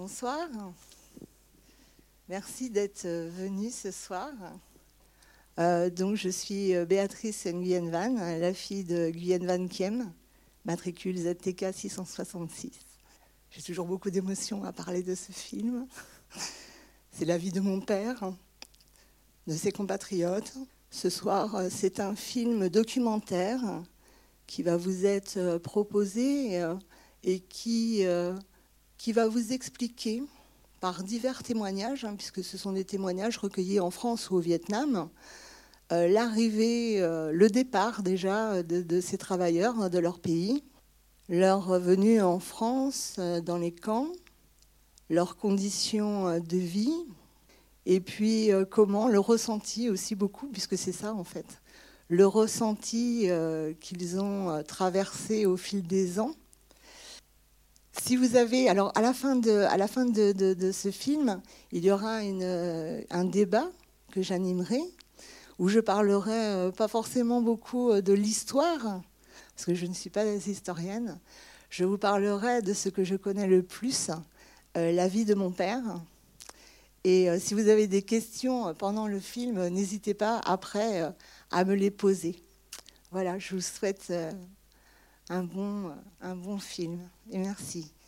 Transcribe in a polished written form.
Bonsoir. Merci d'être venu ce soir. Donc, je suis Béatrice Nguyen Van, la fille de Nguyen Van Kiem, matricule ZTK 666. J'ai toujours beaucoup d'émotions à parler de ce film. C'est la vie de mon père, de ses compatriotes. Ce soir, c'est un film documentaire qui va vous être proposé et qui va vous expliquer par divers témoignages, puisque ce sont des témoignages recueillis en France ou au Vietnam, l'arrivée, le départ déjà de ces travailleurs de leur pays, leur venue en France dans les camps, leurs conditions de vie, et puis comment le ressenti aussi beaucoup, puisque c'est ça en fait, le ressenti qu'ils ont traversé au fil des ans. Si vous avez, alors à la fin de ce film, il y aura un débat que j'animerai, où je parlerai pas forcément beaucoup de l'histoire, parce que je ne suis pas historienne. Je vous parlerai de ce que je connais le plus, la vie de mon père. Et si vous avez des questions pendant le film, n'hésitez pas après à me les poser. Voilà, je vous souhaite un bon film. Et merci.